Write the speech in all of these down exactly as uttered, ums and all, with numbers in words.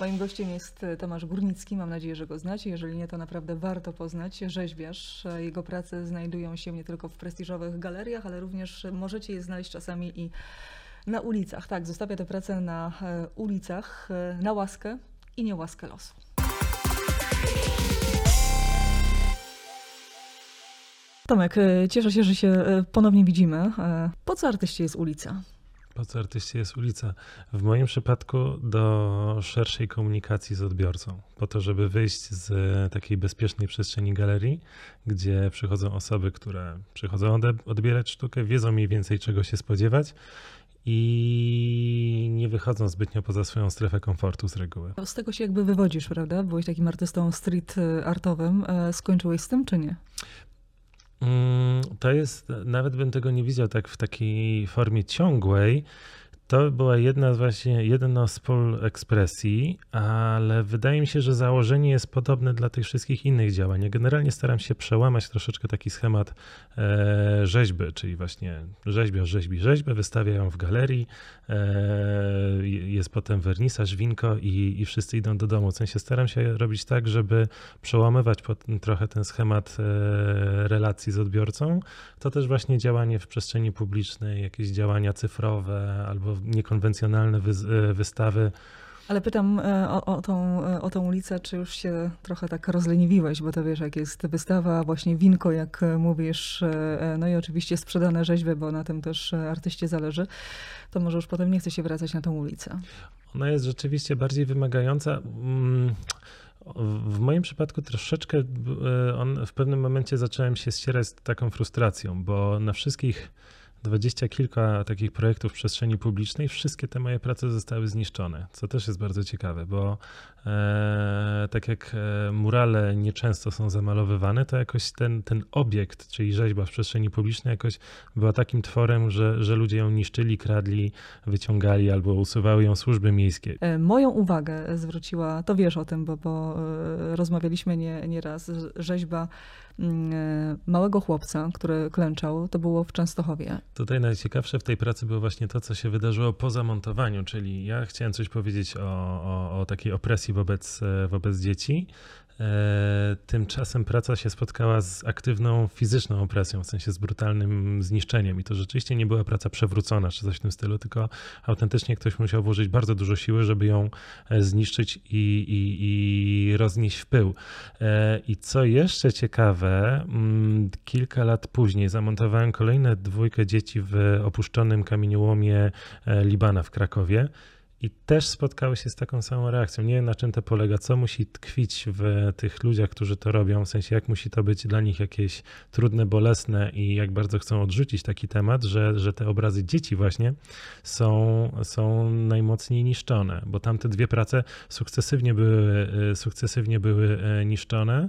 Moim gościem jest Tomasz Górnicki. Mam nadzieję, że go znacie. Jeżeli nie, to naprawdę warto poznać. Rzeźbiarz. Jego prace znajdują się nie tylko w prestiżowych galeriach, ale również możecie je znaleźć czasami i na ulicach. Tak, zostawia tę pracę na ulicach, na łaskę i niełaskę losu. Tomek, cieszę się, że się ponownie widzimy. Po co artyście jest ulica? Po co artyście jest ulica? W moim przypadku do szerszej komunikacji z odbiorcą. Po to, żeby wyjść z takiej bezpiecznej przestrzeni galerii, gdzie przychodzą osoby, które przychodzą odbierać sztukę, wiedzą mniej więcej czego się spodziewać i nie wychodzą zbytnio poza swoją strefę komfortu z reguły. Z tego się jakby wywodzisz, prawda? Byłeś takim artystą street artowym. Skończyłeś z tym, czy nie? To jest, nawet bym tego nie widział tak w takiej formie ciągłej. To była jedna z właśnie, jedno z pól ekspresji, ale wydaje mi się, że założenie jest podobne dla tych wszystkich innych działań. Ja generalnie staram się przełamać troszeczkę taki schemat e, rzeźby, czyli właśnie rzeźbiarz rzeźbi rzeźbę, wystawia ją w galerii, e, jest potem wernisaż, winko i, i wszyscy idą do domu. W sensie staram się robić tak, żeby przełamywać pod, trochę ten schemat e, relacji z odbiorcą. To też właśnie działanie w przestrzeni publicznej, jakieś działania cyfrowe albo niekonwencjonalne wy, wystawy. Ale pytam o, o, tą, o tą ulicę, czy już się trochę tak rozleniwiłeś, bo to wiesz, jak jest wystawa, właśnie winko, jak mówisz, no i oczywiście sprzedane rzeźby, bo na tym też artyście zależy, to może już potem nie chce się wracać na tą ulicę. Ona jest rzeczywiście bardziej wymagająca. W moim przypadku troszeczkę on, w pewnym momencie zacząłem się ścierać z taką frustracją, bo na wszystkich dwadzieścia kilka takich projektów w przestrzeni publicznej, wszystkie te moje prace zostały zniszczone, co też jest bardzo ciekawe, bo e, tak jak murale nieczęsto są zamalowywane, to jakoś ten, ten obiekt, czyli rzeźba w przestrzeni publicznej jakoś była takim tworem, że, że ludzie ją niszczyli, kradli, wyciągali albo usuwały ją służby miejskie. Moją uwagę zwróciła, to wiesz o tym, bo, bo rozmawialiśmy nie, nie raz, rzeźba małego chłopca, który klęczał, to było w Częstochowie. Tutaj najciekawsze w tej pracy było właśnie to, co się wydarzyło po zamontowaniu, czyli ja chciałem coś powiedzieć o, o, o takiej opresji wobec, wobec dzieci. E, tymczasem praca się spotkała z aktywną fizyczną opresją, w sensie z brutalnym zniszczeniem i to rzeczywiście nie była praca przewrócona czy coś w tym stylu, tylko autentycznie ktoś musiał włożyć bardzo dużo siły, żeby ją zniszczyć i, i, i roznieść w pył. E, I co jeszcze ciekawe, m, kilka lat później zamontowałem kolejne dwójkę dzieci w opuszczonym kamieniołomie Libana w Krakowie. I też spotkały się z taką samą reakcją. Nie wiem, na czym to polega, co musi tkwić w tych ludziach, którzy to robią, w sensie jak musi to być dla nich jakieś trudne, bolesne i jak bardzo chcą odrzucić taki temat, że, że te obrazy dzieci właśnie są, są najmocniej niszczone, bo tamte dwie prace sukcesywnie były, sukcesywnie były niszczone.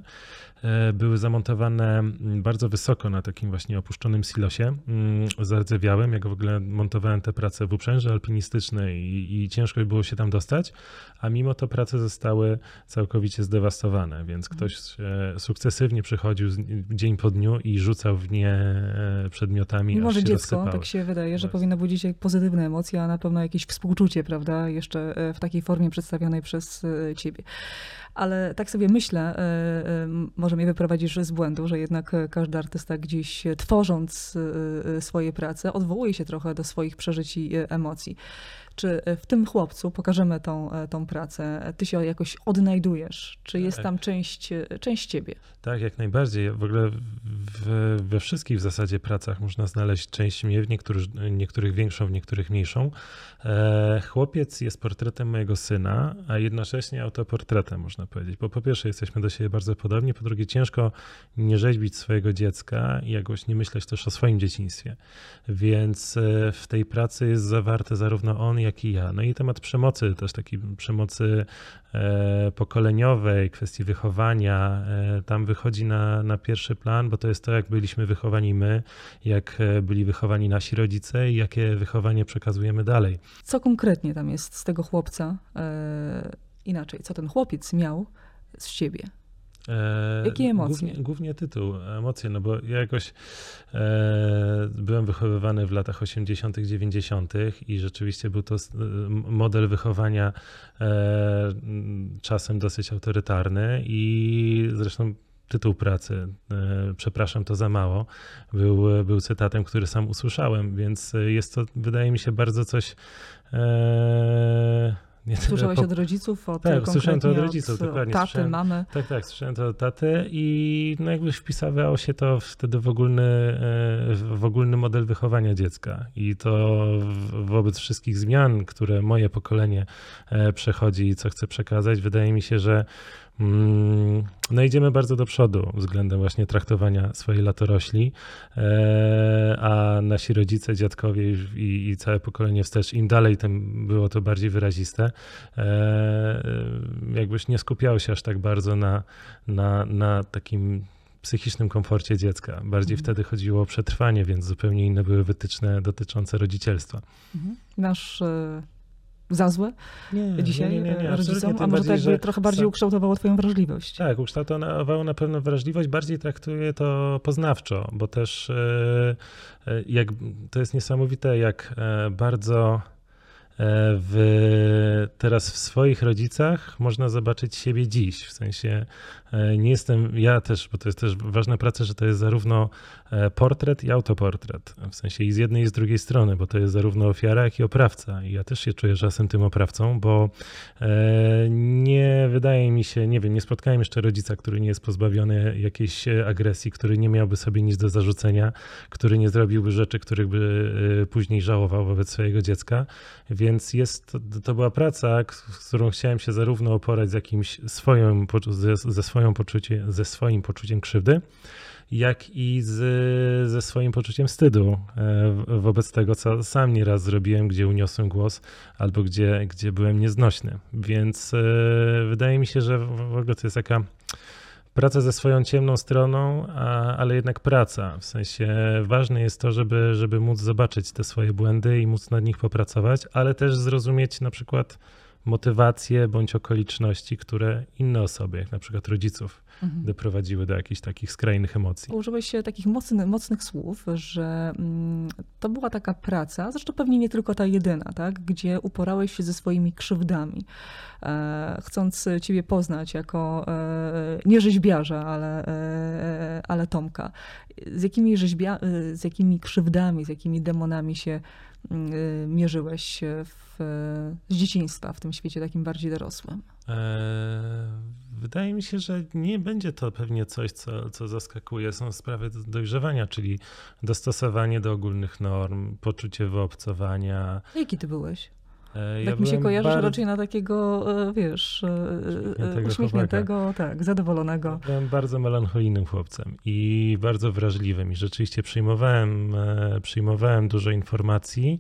Były zamontowane bardzo wysoko na takim właśnie opuszczonym silosie zardzewiałym, jak w ogóle montowałem te prace w uprzęży alpinistycznej i, i ciężko było się tam dostać, a mimo to prace zostały całkowicie zdewastowane, więc ktoś sukcesywnie przychodził dzień po dniu i rzucał w nie przedmiotami, mimo, aż że się dziecko, rozsypały. tak się wydaje, że Właśnie. powinno budzić pozytywne emocje, a na pewno jakieś współczucie, prawda, jeszcze w takiej formie przedstawionej przez ciebie. Ale tak sobie myślę, może mnie wyprowadzisz z błędu, że jednak każdy artysta gdzieś tworząc swoje prace odwołuje się trochę do swoich przeżyć i emocji. Czy w tym chłopcu, pokażemy tą, tą pracę, ty się jakoś odnajdujesz? Czy jest tam część, część ciebie? Tak, jak najbardziej. W ogóle w, we wszystkich w zasadzie pracach można znaleźć część mnie, w niektórych, niektórych większą, w niektórych mniejszą. E, chłopiec jest portretem mojego syna, a jednocześnie autoportretem, można powiedzieć. Bo po pierwsze jesteśmy do siebie bardzo podobni, po drugie ciężko nie rzeźbić swojego dziecka i jakoś nie myśleć też o swoim dzieciństwie. Więc w tej pracy jest zawarte zarówno on, jak i ja. No i temat przemocy, też takiej przemocy e, pokoleniowej, kwestii wychowania, e, tam wychodzi na, na pierwszy plan, bo to jest to, jak byliśmy wychowani my, jak byli wychowani nasi rodzice i jakie wychowanie przekazujemy dalej. Co konkretnie tam jest z tego chłopca? E, inaczej, co ten chłopiec miał z ciebie? E, Jakie emocje? Głównie, głównie tytuł, emocje, no bo ja jakoś e, byłem wychowywany w latach osiemdziesiątych, dziewięćdziesiątych i rzeczywiście był to model wychowania e, czasem dosyć autorytarny i zresztą tytuł pracy, e, przepraszam, to za mało, był, był cytatem, który sam usłyszałem, więc jest to, wydaje mi się, bardzo coś e, Nie Słyszałeś po... od rodziców, od tak, słyszałem to od rodziców, od dokładnie. taty, słyszałem, mamy. Tak, tak, słyszałem to od taty i no jakby wpisywało się to wtedy w ogólny, w ogólny model wychowania dziecka. I to wobec wszystkich zmian, które moje pokolenie przechodzi i co chce przekazać, wydaje mi się, że no idziemy bardzo do przodu względem właśnie traktowania swojej latorośli, a nasi rodzice, dziadkowie i, i całe pokolenie wstecz, im dalej, tym było to bardziej wyraziste. Jakbyś nie skupiało się aż tak bardzo na, na, na takim psychicznym komforcie dziecka. Bardziej mhm. wtedy chodziło o przetrwanie, więc zupełnie inne były wytyczne dotyczące rodzicielstwa. Mhm. Masz za złe nie, dzisiaj nie, nie, nie, nie, rodzicom, a może bardziej, to jakby trochę bardziej sam... ukształtowało twoją wrażliwość. Tak, ukształtowało na pewno wrażliwość, bardziej traktuję to poznawczo, bo też jak, to jest niesamowite, jak bardzo w, teraz w swoich rodzicach można zobaczyć siebie dziś, w sensie nie jestem, ja też, bo to jest też ważna praca, że to jest zarówno portret i autoportret, w sensie i z jednej i z drugiej strony, bo to jest zarówno ofiara, jak i oprawca i ja też się czuję czasem tym oprawcą, bo nie wydaje mi się, nie wiem, nie spotkałem jeszcze rodzica, który nie jest pozbawiony jakiejś agresji, który nie miałby sobie nic do zarzucenia, który nie zrobiłby rzeczy, których by później żałował wobec swojego dziecka, więc jest, to, to była praca, z którą chciałem się zarówno oporać z jakimś swoim, ze, ze, swoją poczucie, ze swoim poczuciem krzywdy, jak i z, ze swoim poczuciem wstydu wobec tego, co sam nieraz zrobiłem, gdzie uniosłem głos albo gdzie, gdzie byłem nieznośny. Więc wydaje mi się, że w ogóle to jest taka praca ze swoją ciemną stroną, a, ale jednak praca. W sensie ważne jest to, żeby, żeby móc zobaczyć te swoje błędy i móc nad nich popracować, ale też zrozumieć na przykład motywacje bądź okoliczności, które inne osoby, jak na przykład rodziców, mhm. doprowadziły do jakichś takich skrajnych emocji. Użyłeś takich mocny, mocnych słów, że mm, to była taka praca, zresztą pewnie nie tylko ta jedyna, tak, gdzie uporałeś się ze swoimi krzywdami, e, chcąc ciebie poznać jako e, nie rzeźbiarza, ale, e, ale Tomka. Z jakimi, rzeźbia, z jakimi krzywdami, z jakimi demonami się mierzyłeś w, z dzieciństwa w tym świecie takim bardziej dorosłym? Eee, wydaje mi się, że nie będzie to pewnie coś, co, co zaskakuje. Są sprawy do dojrzewania, czyli dostosowanie do ogólnych norm, poczucie wyobcowania. Jaki ty byłeś? Ja tak mi się kojarzy, bardzo... że raczej na takiego, wiesz, uśmiechniętego, uśmiechniętego tak, zadowolonego. Byłem bardzo melancholijnym chłopcem i bardzo wrażliwym i rzeczywiście przyjmowałem, przyjmowałem dużo informacji,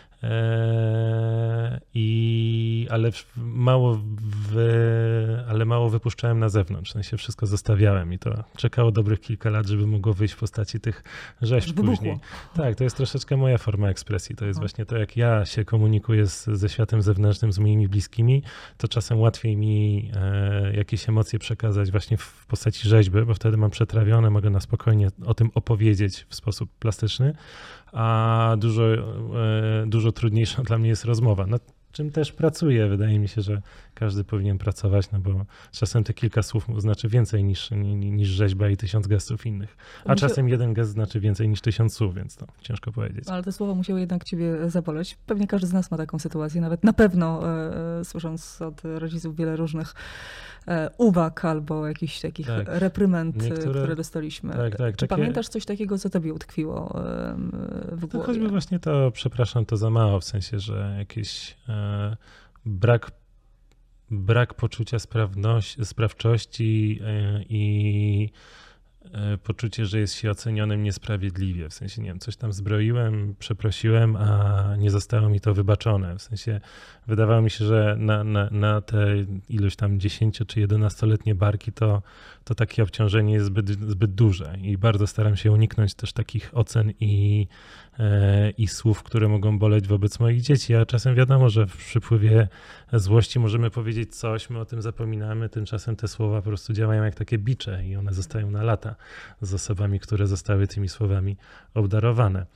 i, ale mało w, ale mało wypuszczałem na zewnątrz, w sensie wszystko zostawiałem i to czekało dobrych kilka lat, żeby mogło wyjść w postaci tych rzeźb później. Tak, to jest troszeczkę moja forma ekspresji, to jest Aha. właśnie to, jak ja się komunikuję z, ze światem zewnętrznym, z moimi bliskimi, to czasem łatwiej mi e, jakieś emocje przekazać właśnie w postaci rzeźby, bo wtedy mam przetrawione, mogę na spokojnie o tym opowiedzieć w sposób plastyczny, a dużo, dużo trudniejsza dla mnie jest rozmowa, nad czym też pracuję. Wydaje mi się, że każdy powinien pracować, no bo czasem te kilka słów znaczy więcej niż, niż rzeźba i tysiąc gestów innych, a Musiał... czasem jeden gest znaczy więcej niż tysiąc słów, więc to ciężko powiedzieć. Ale te słowa musiały jednak ciebie zaboleć. Pewnie każdy z nas ma taką sytuację, nawet na pewno e, słysząc od rodziców wiele różnych e, uwag albo jakichś takich tak. reprymend, Niektóre... które dostaliśmy. Tak, tak, Czy takie... pamiętasz coś takiego, co tobie utkwiło e, w głowie? To choćby właśnie to, przepraszam, to za mało, w sensie, że jakiś e, brak brak poczucia sprawności, sprawczości i poczucie, że jest się ocenionym niesprawiedliwie. W sensie, nie wiem, coś tam zbroiłem, przeprosiłem, a nie zostało mi to wybaczone. W sensie wydawało mi się, że na, na, na te ilość tam dziesięcio czy jedenastoletnie barki to, to takie obciążenie jest zbyt, zbyt duże i bardzo staram się uniknąć też takich ocen i, e, i słów, które mogą boleć wobec moich dzieci. A czasem wiadomo, że w przypływie złości możemy powiedzieć coś, my o tym zapominamy, tymczasem te słowa po prostu działają jak takie bicze i one zostają na lata z osobami, które zostały tymi słowami obdarowane.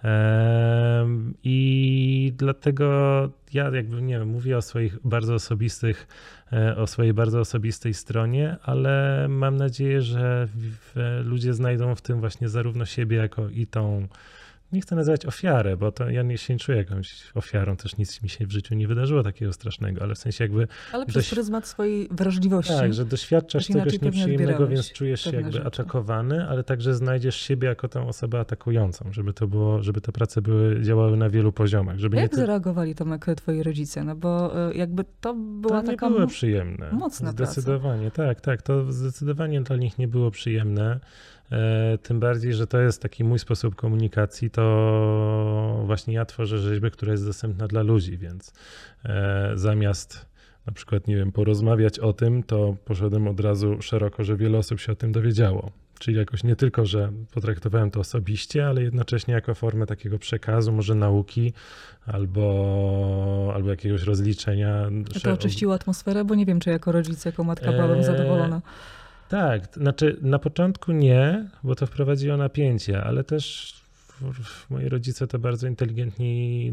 I dlatego ja jakby, nie wiem, mówię o swoich bardzo osobistych, o swojej bardzo osobistej stronie, ale mam nadzieję, że ludzie znajdą w tym właśnie zarówno siebie jako i tą, nie chcę nazywać ofiarę, bo to ja nie się nie czuję jakąś ofiarą, też nic mi się w życiu nie wydarzyło takiego strasznego, ale w sensie jakby... Ale przez dość... pryzmat swojej wrażliwości. Tak, że doświadczasz czegoś nieprzyjemnego, więc czujesz się jakby rzeczy. atakowany, ale także znajdziesz siebie jako tę osobę atakującą, żeby to było, żeby te prace były, działały na wielu poziomach. Żeby A jak nie zareagowali, Tomek, twoi rodzice? No bo jakby to była to taka nie było przyjemne. Mocna Zdecydowanie, praca. tak, tak. To zdecydowanie dla nich nie było przyjemne. E, tym bardziej, że to jest taki mój sposób komunikacji, to właśnie ja tworzę rzeźbę, która jest dostępna dla ludzi, więc e, zamiast na przykład, nie wiem, porozmawiać o tym, to poszedłem od razu szeroko, że wiele osób się o tym dowiedziało. Czyli jakoś nie tylko, że potraktowałem to osobiście, ale jednocześnie jako formę takiego przekazu, może nauki albo, albo jakiegoś rozliczenia. A to oczyściło atmosferę, bo nie wiem, czy jako rodzic, jako matka byłabym zadowolona. Tak, znaczy na początku nie, bo to wprowadziło napięcie, ale też moi rodzice to bardzo inteligentni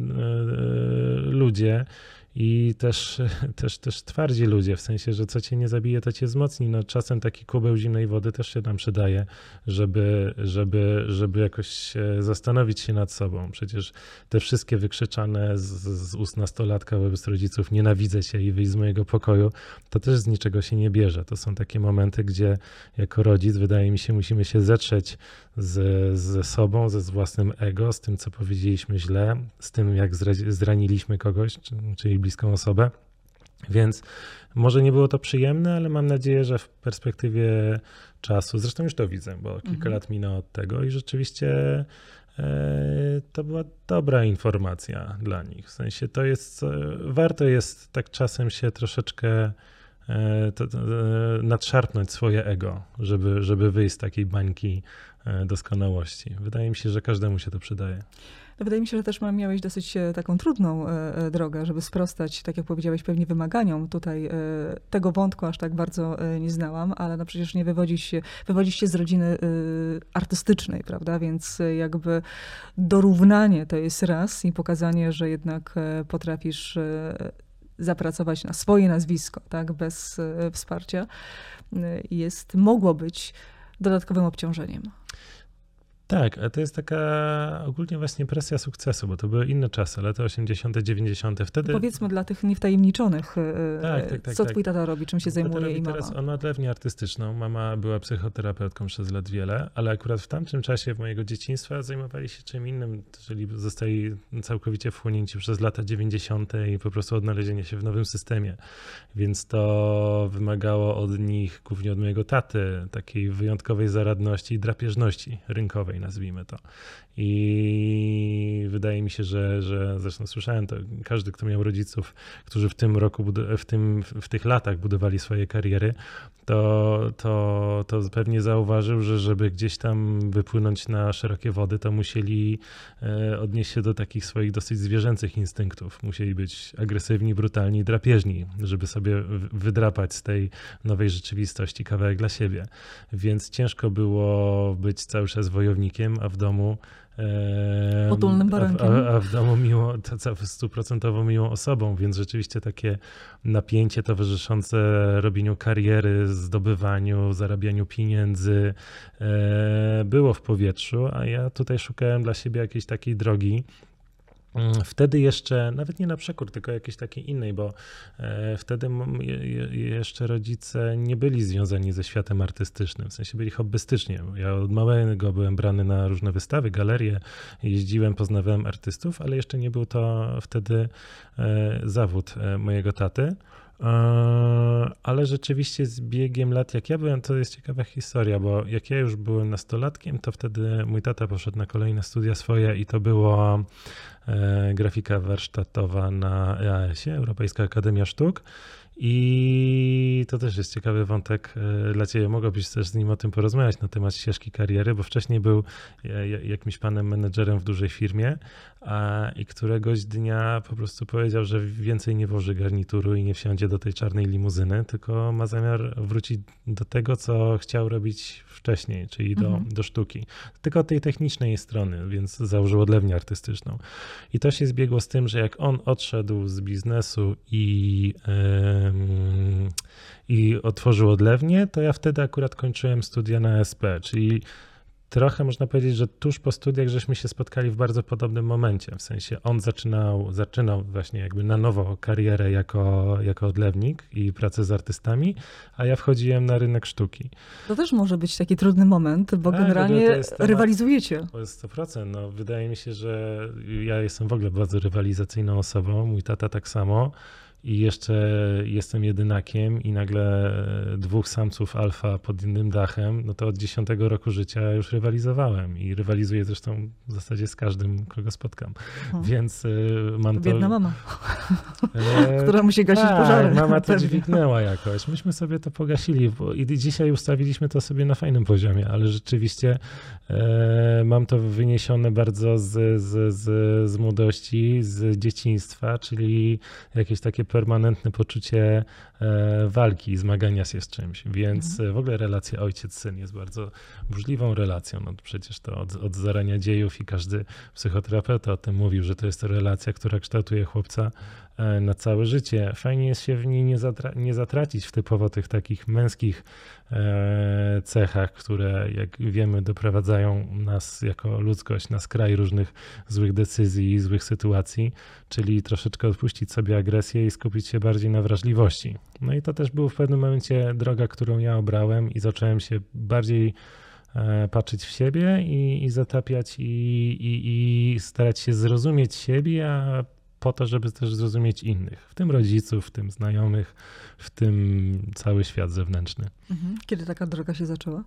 ludzie i też, też, też twardzi ludzie, w sensie, że co cię nie zabije, to cię wzmocni. No, czasem taki kubeł zimnej wody też się nam przydaje, żeby, żeby, żeby jakoś zastanowić się nad sobą. Przecież te wszystkie wykrzyczane z, z ust nastolatka wobec rodziców nienawidzę cię i wyjść z mojego pokoju, to też z niczego się nie bierze. To są takie momenty, gdzie jako rodzic, wydaje mi się, musimy się zetrzeć z, ze sobą, ze z własnym ego, z tym, co powiedzieliśmy źle, z tym, jak zraniliśmy kogoś, czyli bliską osobę. Więc może nie było to przyjemne, ale mam nadzieję, że w perspektywie czasu, zresztą już to widzę, bo kilka mhm. lat minęło od tego i rzeczywiście e, to była dobra informacja dla nich. W sensie to jest, warto jest tak czasem się troszeczkę e, to, to, e, nadszarpnąć swoje ego, żeby, żeby wyjść z takiej bańki doskonałości. Wydaje mi się, że każdemu się to przydaje. No wydaje mi się, że też miałeś dosyć taką trudną e, drogę, żeby sprostać, tak jak powiedziałeś, pewnie wymaganiom. Tutaj e, tego wątku aż tak bardzo e, nie znałam, ale no przecież nie wywodzisz się, wywodzisz się z rodziny e, artystycznej, prawda? Więc e, jakby dorównanie to jest raz i pokazanie, że jednak e, potrafisz e, zapracować na swoje nazwisko, tak? Bez e, wsparcia, e, jest, mogło być dodatkowym obciążeniem. Tak, a to jest taka ogólnie właśnie presja sukcesu, bo to były inne czasy, lata osiemdziesiąte, dziewięćdziesiąte. Wtedy... Powiedzmy dla tych niewtajemniczonych, tak, tak, tak, co tak. twój tata robi, czym się zajmuje i mama. Teraz on ma tlewnię artystyczną, mama była psychoterapeutką przez lat wiele, ale akurat w tamtym czasie w mojego dzieciństwa zajmowali się czym innym, czyli zostali całkowicie wchłonięci przez lata dziewięćdziesiąte i po prostu odnalezienie się w nowym systemie, więc to wymagało od nich, głównie od mojego taty, takiej wyjątkowej zaradności i drapieżności rynkowej, nazwijmy to. I wydaje mi się, że, że zresztą słyszałem to, każdy, kto miał rodziców, którzy w tym roku, w, tym, w tych latach budowali swoje kariery, to, to, to pewnie zauważył, że żeby gdzieś tam wypłynąć na szerokie wody, to musieli odnieść się do takich swoich dosyć zwierzęcych instynktów. Musieli być agresywni, brutalni, drapieżni, żeby sobie wydrapać z tej nowej rzeczywistości kawałek dla siebie. Więc ciężko było być cały czas wojownikiem, a w domu potulnym barankiem. A, a, a w domu miło, to stuprocentowo miłą osobą, więc rzeczywiście takie napięcie towarzyszące robieniu kariery, zdobywaniu, zarabianiu pieniędzy e, było w powietrzu, a ja tutaj szukałem dla siebie jakiejś takiej drogi. Wtedy jeszcze, nawet nie na przekór, tylko jakiejś takiej innej, bo e, wtedy m, je, jeszcze rodzice nie byli związani ze światem artystycznym, w sensie byli hobbystycznie. Ja od małego byłem brany na różne wystawy, galerie, jeździłem, poznawałem artystów, ale jeszcze nie był to wtedy e, zawód e, mojego taty. Ale rzeczywiście z biegiem lat, jak ja byłem, to jest ciekawa historia, bo jak ja już byłem nastolatkiem, to wtedy mój tata poszedł na kolejne studia swoje i to była grafika warsztatowa na E A S-ie, Europejska Akademia Sztuk. I to też jest ciekawy wątek dla ciebie. Mogłabyś też z nim o tym porozmawiać na temat ścieżki kariery, bo wcześniej był jakimś panem menedżerem w dużej firmie a, i któregoś dnia po prostu powiedział, że więcej nie włoży garnituru i nie wsiądzie do tej czarnej limuzyny, tylko ma zamiar wrócić do tego, co chciał robić wcześniej, czyli do, mhm. do sztuki. Tylko od tej technicznej strony, więc założył odlewnię artystyczną. I to się zbiegło z tym, że jak on odszedł z biznesu i i otworzył odlewnię, to ja wtedy akurat kończyłem studia na S P, czyli trochę można powiedzieć, że tuż po studiach żeśmy się spotkali w bardzo podobnym momencie, w sensie on zaczynał, zaczynał właśnie jakby na nowo karierę jako, jako odlewnik i pracę z artystami, a ja wchodziłem na rynek sztuki. To też może być taki trudny moment, bo tak, generalnie to jest temat, rywalizujecie. To jest sto procent. No, wydaje mi się, że ja jestem w ogóle bardzo rywalizacyjną osobą, mój tata tak samo. I jeszcze jestem jedynakiem i nagle dwóch samców alfa pod innym dachem, no to od dziesiątego roku życia już rywalizowałem i rywalizuję zresztą w zasadzie z każdym, kogo spotkam. Hmm. Więc y, mam to... Biedna mama, e, która musi gasić tak, pożary. Mama to dźwignęła jakoś. Myśmy sobie to pogasili bo, i dzisiaj ustawiliśmy to sobie na fajnym poziomie, ale rzeczywiście e, mam to wyniesione bardzo z, z, z, z młodości, z dzieciństwa, czyli jakieś takie permanentne poczucie e, walki, zmagania się z czymś, więc mhm. w ogóle relacja ojciec-syn jest bardzo burzliwą relacją. No przecież to od, od zarania dziejów i każdy psychoterapeuta o tym mówił, że to jest relacja, która kształtuje chłopca e, na całe życie. Fajnie jest się w niej nie, zatra- nie zatracić w typowo tych takich męskich e, cechach, które jak wiemy doprowadzają nas jako ludzkość na skraj różnych złych decyzji i złych sytuacji, czyli troszeczkę odpuścić sobie agresję i skupić się bardziej na wrażliwości. No i to też był w pewnym momencie droga, którą ja obrałem i zacząłem się bardziej e, patrzeć w siebie i, i zatapiać i, i, i starać się zrozumieć siebie, a po to, żeby też zrozumieć innych, w tym rodziców, w tym znajomych, w tym cały świat zewnętrzny. Mhm. Kiedy taka droga się zaczęła?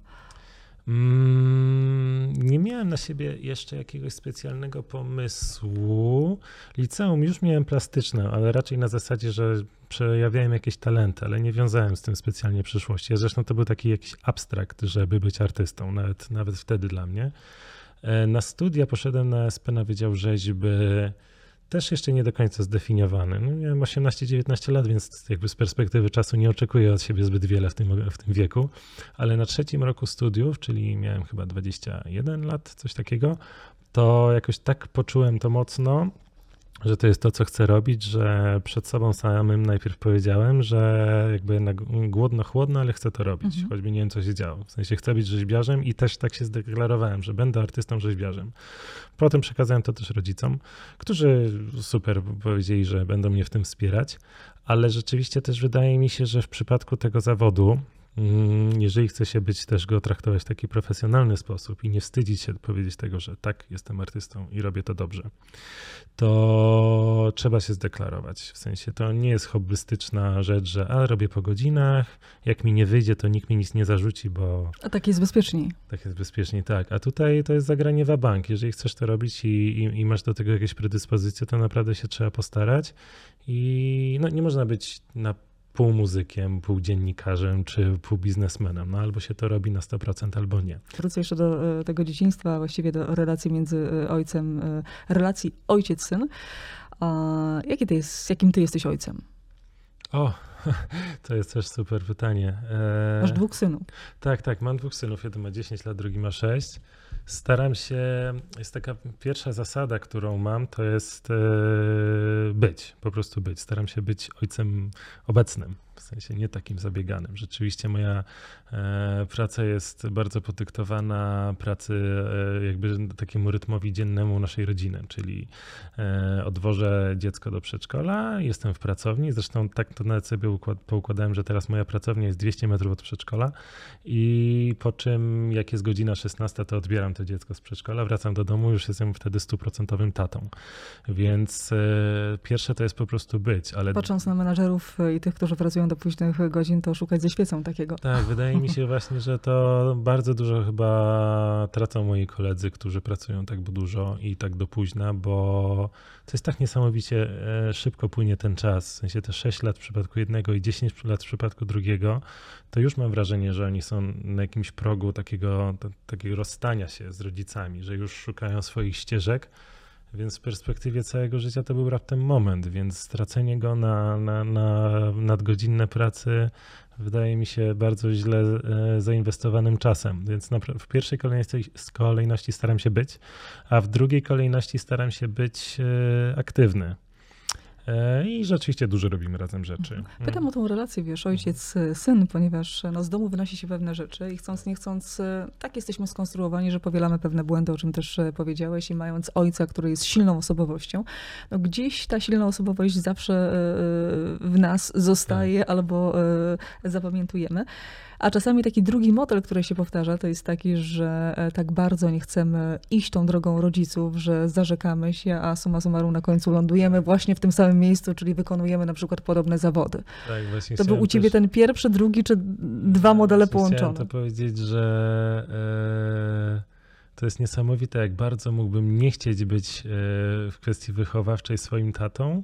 Nie miałem na siebie jeszcze jakiegoś specjalnego pomysłu. Liceum już miałem plastyczne, ale raczej na zasadzie, że przejawiałem jakieś talenty, ale nie wiązałem z tym specjalnie przyszłości. Zresztą to był taki jakiś abstrakt, żeby być artystą, nawet, nawet wtedy dla mnie. Na studia poszedłem na S P na Wydział Rzeźby, też jeszcze nie do końca zdefiniowany. No, miałem osiemnaście dziewiętnaście lat, więc jakby z perspektywy czasu nie oczekuję od siebie zbyt wiele w tym, w tym wieku, ale na trzecim roku studiów, czyli miałem chyba dwadzieścia jeden lat, coś takiego, to jakoś tak poczułem to mocno, że to jest to, co chcę robić, że przed sobą samym najpierw powiedziałem, że jakby jednak głodno, chłodno, ale chcę to robić, mhm. choćby nie wiem, co się działo. W sensie chcę być rzeźbiarzem i też tak się zdeklarowałem, że będę artystą, rzeźbiarzem. Potem przekazałem to też rodzicom, którzy super powiedzieli, że będą mnie w tym wspierać, ale rzeczywiście też wydaje mi się, że w przypadku tego zawodu, jeżeli chce się być też go traktować w taki profesjonalny sposób i nie wstydzić się powiedzieć tego, że tak, jestem artystą i robię to dobrze, to trzeba się zdeklarować. W sensie to nie jest hobbystyczna rzecz, że a robię po godzinach, jak mi nie wyjdzie, to nikt mi nic nie zarzuci, bo... A tak jest bezpieczniej. Tak jest bezpieczniej, tak. A tutaj to jest zagranie w bank. Jeżeli chcesz to robić i, i, i masz do tego jakieś predyspozycje, to naprawdę się trzeba postarać i no, nie można być na pół muzykiem, pół dziennikarzem czy pół biznesmenem. No albo się to robi na sto procent, albo nie. Wrócę jeszcze do tego dzieciństwa, właściwie do relacji między ojcem, relacji ojciec-syn. A jaki ty jest, jakim ty jesteś ojcem? O, to jest też super pytanie. E... Masz dwóch synów. Tak, tak, mam dwóch synów. Jeden ma dziesięć lat, drugi ma sześć. Staram się, jest taka pierwsza zasada, którą mam, to jest e, być, po prostu być. Staram się być ojcem obecnym. w sensie nie takim zabieganym. Rzeczywiście moja e, praca jest bardzo podyktowana pracy e, jakby takiemu rytmowi dziennemu naszej rodziny, czyli e, odwożę dziecko do przedszkola, jestem w pracowni, zresztą tak to nawet sobie układ, poukładałem, że teraz moja pracownia jest dwieście metrów od przedszkola i po czym jak jest godzina szesnasta, to odbieram to dziecko z przedszkola, wracam do domu, już jestem wtedy stuprocentowym tatą. Więc e, pierwsze to jest po prostu być, ale... Patrząc na menadżerów i tych, którzy pracują do późnych godzin, to szukać ze świecą takiego. Tak, wydaje mi się właśnie, że to bardzo dużo chyba tracą moi koledzy, którzy pracują tak dużo i tak do późna, bo to jest tak niesamowicie e, szybko płynie ten czas. W sensie te sześć lat w przypadku jednego i dziesięć lat w przypadku drugiego, to już mam wrażenie, że oni są na jakimś progu takiego, t- takiego rozstania się z rodzicami, że już szukają swoich ścieżek. Więc w perspektywie całego życia to był raptem moment, więc stracenie go na, na, na nadgodzinne pracy wydaje mi się bardzo źle e, zainwestowanym czasem. Więc na, w pierwszej kolejności, kolejności staram się być, a w drugiej kolejności staram się być e, aktywny. I rzeczywiście dużo robimy razem rzeczy. Pytam o tą relację, wiesz, ojciec-syn, ponieważ no, z domu wynosi się pewne rzeczy i chcąc, nie chcąc, tak jesteśmy skonstruowani, że powielamy pewne błędy, o czym też powiedziałeś, i mając ojca, który jest silną osobowością, no gdzieś ta silna osobowość zawsze w nas zostaje tak. albo zapamiętujemy. A czasami taki drugi model, który się powtarza, to jest taki, że tak bardzo nie chcemy iść tą drogą rodziców, że zarzekamy się, a summa summarum na końcu lądujemy właśnie w tym samym miejscu, czyli wykonujemy na przykład podobne zawody. Tak, właśnie to był u ciebie też... ten pierwszy, drugi, czy dwa modele właśnie połączone? Chciałem to powiedzieć, że e, to jest niesamowite, jak bardzo mógłbym nie chcieć być e, w kwestii wychowawczej swoim tatą,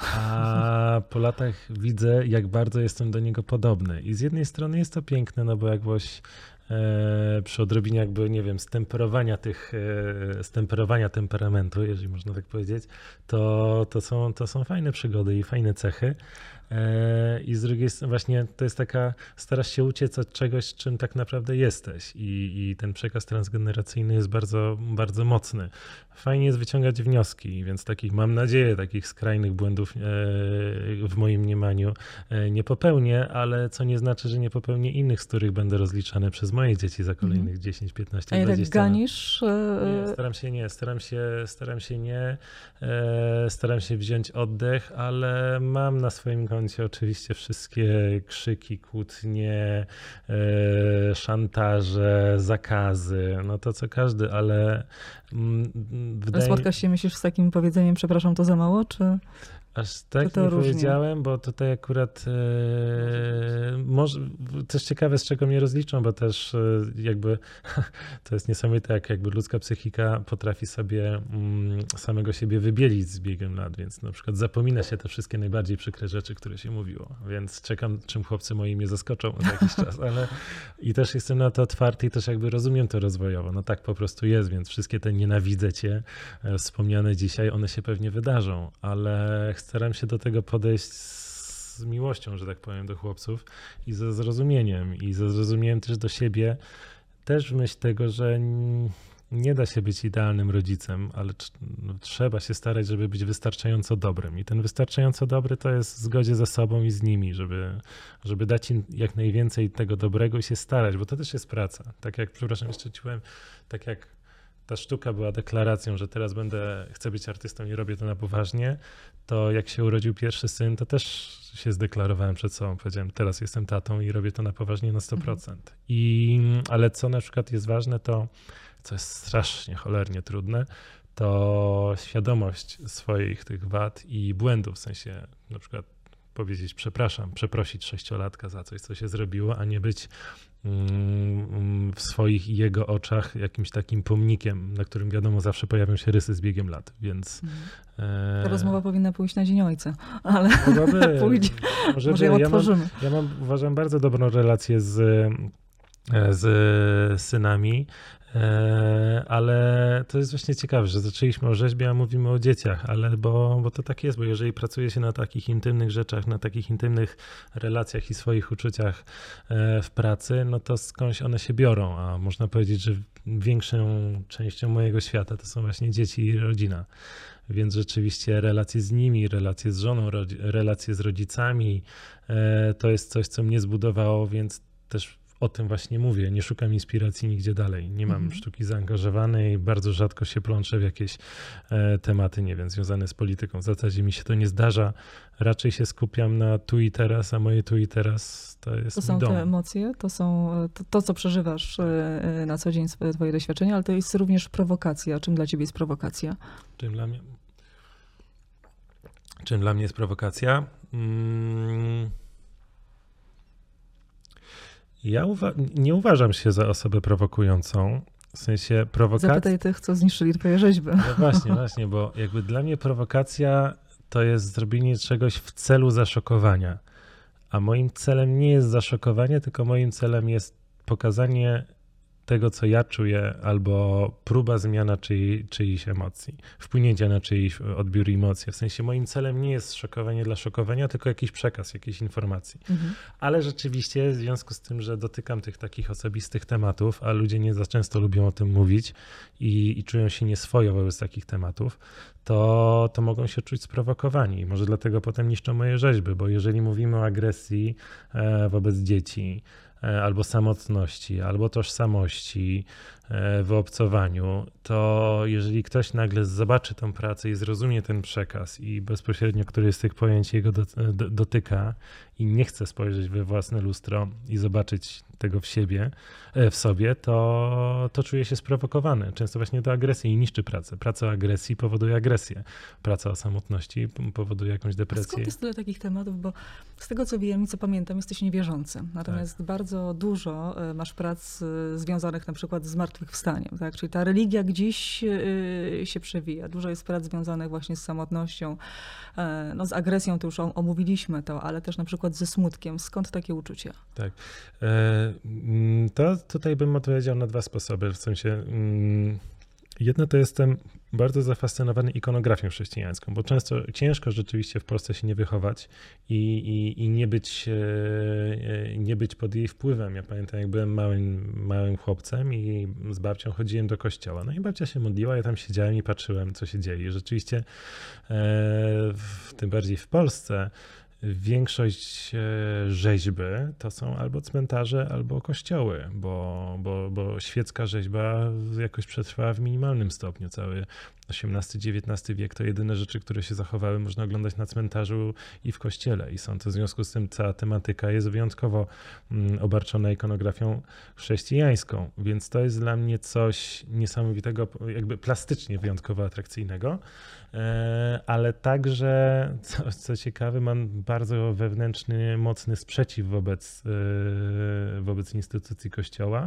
a po latach widzę, jak bardzo jestem do niego podobny. I z jednej strony jest to piękne, no bo jakbyś e, przy odrobinie jakby, nie wiem, stemperowania tych, e, stemperowania temperamentu, jeżeli można tak powiedzieć, to, to, są, to są fajne przygody i fajne cechy. I z drugiej strony właśnie to jest taka, starasz się uciec od czegoś, czym tak naprawdę jesteś i, i ten przekaz transgeneracyjny jest bardzo, bardzo mocny. Fajnie jest wyciągać wnioski, więc takich, mam nadzieję, takich skrajnych błędów w moim mniemaniu nie popełnię, ale co nie znaczy, że nie popełnię innych, z których będę rozliczany przez moje dzieci za kolejnych dziesięć, piętnaście, dwadzieścia lat. A jak ganisz? Nie, staram się nie, staram się, staram się nie, staram się wziąć oddech, ale mam na swoim koncie oczywiście wszystkie krzyki, kłótnie, szantaże, zakazy, no to co każdy, ale wydaje... Spotkasz się, myślisz, z takim powiedzeniem, przepraszam, to za mało, czy... Aż tak to nie różnie. powiedziałem, bo tutaj akurat e, może, też ciekawe, z czego mnie rozliczą, bo też e, jakby to jest niesamowite, jak jakby ludzka psychika potrafi sobie mm, samego siebie wybielić z biegiem lat, więc na przykład zapomina się te wszystkie najbardziej przykre rzeczy, które się mówiło, więc czekam, czym chłopcy moi mnie zaskoczą za jakiś czas, ale i też jestem na to otwarty i też jakby rozumiem to rozwojowo, no tak po prostu jest, więc wszystkie te nienawidzę cię e, wspomniane dzisiaj, one się pewnie wydarzą, ale staram się do tego podejść z miłością, że tak powiem, do chłopców i ze zrozumieniem. I ze zrozumieniem też do siebie, też w myśl tego, że nie da się być idealnym rodzicem, ale no, trzeba się starać, żeby być wystarczająco dobrym. I ten wystarczająco dobry to jest w zgodzie ze sobą i z nimi, żeby, żeby dać im jak najwięcej tego dobrego i się starać, bo to też jest praca. Tak jak, przepraszam, jeszcze ci powiem, tak jak ta sztuka była deklaracją, że teraz będę, chcę być artystą i robię to na poważnie, to jak się urodził pierwszy syn, to też się zdeklarowałem przed sobą. Powiedziałem, teraz jestem tatą i robię to na poważnie na sto procent. I, ale co na przykład jest ważne, to co jest strasznie cholernie trudne, to świadomość swoich tych wad i błędów, w sensie na przykład powiedzieć przepraszam, przeprosić sześciolatka za coś, co się zrobiło, a nie być w swoich i jego oczach jakimś takim pomnikiem, na którym wiadomo zawsze pojawią się rysy z biegiem lat, więc... Ta rozmowa powinna pójść na Dzień Ojca, ale mogłaby, pójdzie, może, może ją otworzymy. Ja mam, ja mam, uważam, bardzo dobrą relację z, z synami Ale to jest właśnie ciekawe, że zaczęliśmy o rzeźbie, a mówimy o dzieciach, ale bo, bo to tak jest, bo jeżeli pracuje się na takich intymnych rzeczach, na takich intymnych relacjach i swoich uczuciach w pracy, no to skądś one się biorą, a można powiedzieć, że większą częścią mojego świata to są właśnie dzieci i rodzina. Więc rzeczywiście relacje z nimi, relacje z żoną, relacje z rodzicami, to jest coś, co mnie zbudowało, więc też o tym właśnie mówię. Nie szukam inspiracji nigdzie dalej. Nie mam mhm. sztuki zaangażowanej, bardzo rzadko się plączę w jakieś tematy, nie wiem, związane z polityką. W zasadzie mi się to nie zdarza. Raczej się skupiam na tu i teraz, a moje tu i teraz to jest To są dom. te emocje, to są to, to, co przeżywasz na co dzień, twoje doświadczenia, ale to jest również prowokacja. Czym dla ciebie jest prowokacja? Czym dla mnie, Czym dla mnie jest prowokacja? Hmm. Ja uwa- nie uważam się za osobę prowokującą, w sensie prowokacja... Zapytaj tych, co zniszczyli twoje rzeźby. No właśnie, właśnie, bo jakby dla mnie prowokacja to jest zrobienie czegoś w celu zaszokowania, a moim celem nie jest zaszokowanie, tylko moim celem jest pokazanie tego, co ja czuję, albo próba zmiana czyjej, czyjejś emocji, wpłynięcia na czyjś odbiór i emocje. W sensie moim celem nie jest szokowanie dla szokowania, tylko jakiś przekaz, jakieś informacji. Mhm. Ale rzeczywiście w związku z tym, że dotykam tych takich osobistych tematów, a ludzie nie za często lubią o tym mówić i, i czują się nieswojo wobec takich tematów, to, to mogą się czuć sprowokowani. Może dlatego potem niszczą moje rzeźby, bo jeżeli mówimy o agresji e, wobec dzieci, albo samotności, albo tożsamości, w obcowaniu, to jeżeli ktoś nagle zobaczy tą pracę i zrozumie ten przekaz i bezpośrednio któryś z tych pojęć jego do, do, dotyka i nie chce spojrzeć we własne lustro i zobaczyć tego w siebie, w sobie, to, to czuje się sprowokowany. Często właśnie do agresji i niszczy pracę. Praca o agresji powoduje agresję. Praca o samotności powoduje jakąś depresję. Skąd jest tyle takich tematów? Bo z tego, co wiem i co pamiętam, jesteś niewierzący. Natomiast tak. bardzo dużo masz prac związanych na przykład z zmartwychwstaniem. Tak? Czyli ta religia gdzieś się przewija. Dużo jest prac związanych właśnie z samotnością, no z agresją, to już omówiliśmy to, ale też na przykład ze smutkiem. Skąd takie uczucia? Tak. To tutaj bym odpowiedział na dwa sposoby. W sensie jedno to jestem bardzo zafascynowany ikonografią chrześcijańską, bo często ciężko rzeczywiście w Polsce się nie wychować i, i, i nie, być, nie być pod jej wpływem. Ja pamiętam, jak byłem małym, małym chłopcem i z babcią chodziłem do kościoła. No i babcia się modliła, ja tam siedziałem i patrzyłem, co się dzieje. I rzeczywiście, w, tym bardziej w Polsce, większość rzeźby to są albo cmentarze, albo kościoły, bo, bo, bo świecka rzeźba jakoś przetrwała w minimalnym stopniu. Cały osiemnasty dziewiętnasty wiek to jedyne rzeczy, które się zachowały, można oglądać na cmentarzu i w kościele. I są to w związku z tym cała tematyka jest wyjątkowo obarczona ikonografią chrześcijańską, więc to jest dla mnie coś niesamowitego, jakby plastycznie wyjątkowo atrakcyjnego, ale także, co, co ciekawe, mam bardzo wewnętrzny, mocny sprzeciw wobec, wobec instytucji Kościoła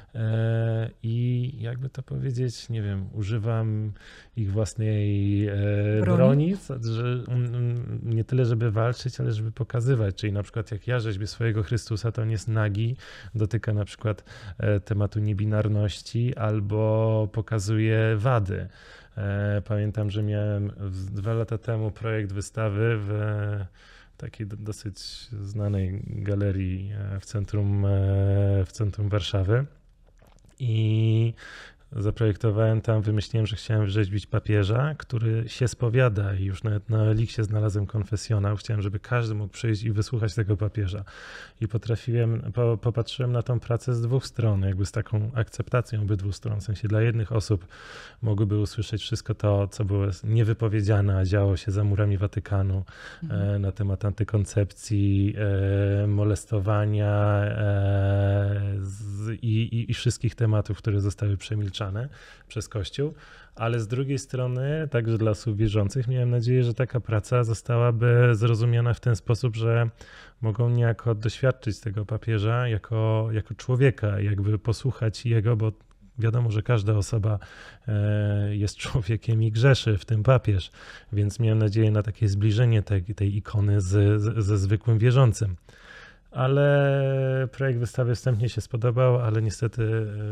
i jakby to powiedzieć, nie wiem, używam ich własnej broni, broni że nie tyle, żeby walczyć, ale żeby pokazywać, czyli na przykład jak ja rzeźbię swojego Chrystusa, to on jest nagi, dotyka na przykład tematu niebinarności albo pokazuje wady. Pamiętam, że miałem dwa lata temu projekt wystawy w takiej dosyć znanej galerii w centrum, w centrum Warszawy i zaprojektowałem tam, wymyśliłem, że chciałem wrzeźbić papieża, który się spowiada i już nawet na Eliksie znalazłem konfesjonał. Chciałem, żeby każdy mógł przyjść i wysłuchać tego papieża. I potrafiłem, po, popatrzyłem na tą pracę z dwóch stron, jakby z taką akceptacją obydwu stron. W sensie dla jednych osób mogłyby usłyszeć wszystko to, co było niewypowiedziane, a działo się za murami Watykanu mhm. e, na temat antykoncepcji, e, molestowania e, z, i, i, i wszystkich tematów, które zostały przemilczane przez Kościół, ale z drugiej strony, także dla osób wierzących, miałem nadzieję, że taka praca zostałaby zrozumiana w ten sposób, że mogą niejako doświadczyć tego papieża jako, jako człowieka, jakby posłuchać jego, bo wiadomo, że każda osoba jest człowiekiem i grzeszy, w tym papież, więc miałem nadzieję na takie zbliżenie tej, tej ikony z, z, ze zwykłym wierzącym. ale projekt wystawy wstępnie się spodobał, ale niestety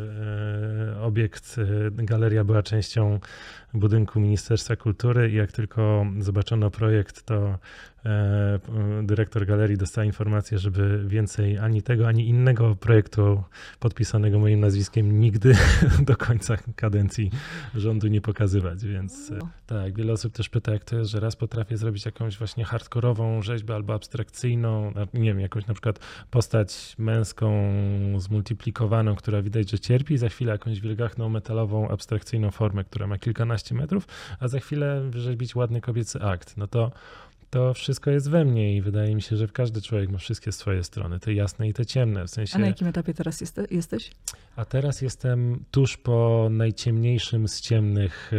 e, obiekt, e, galeria była częścią budynku Ministerstwa Kultury i jak tylko zobaczono projekt, to e, dyrektor galerii dostała informację, żeby więcej ani tego, ani innego projektu podpisanego moim nazwiskiem nigdy do końca kadencji rządu nie pokazywać, więc e, tak, wiele osób też pyta, jak to jest, że raz potrafię zrobić jakąś właśnie hardkorową rzeźbę albo abstrakcyjną, nie wiem, jakąś na przykład postać męską zmultiplikowaną, która widać, że cierpi, za chwilę jakąś wielgachną, metalową, abstrakcyjną formę, która ma kilkanaście metrów, a za chwilę wyrzeźbić ładny kobiecy akt. No to to wszystko jest we mnie i wydaje mi się, że każdy człowiek ma wszystkie swoje strony, te jasne i te ciemne. W sensie... A na jakim etapie teraz jest, jesteś? A teraz jestem tuż po najciemniejszym z ciemnych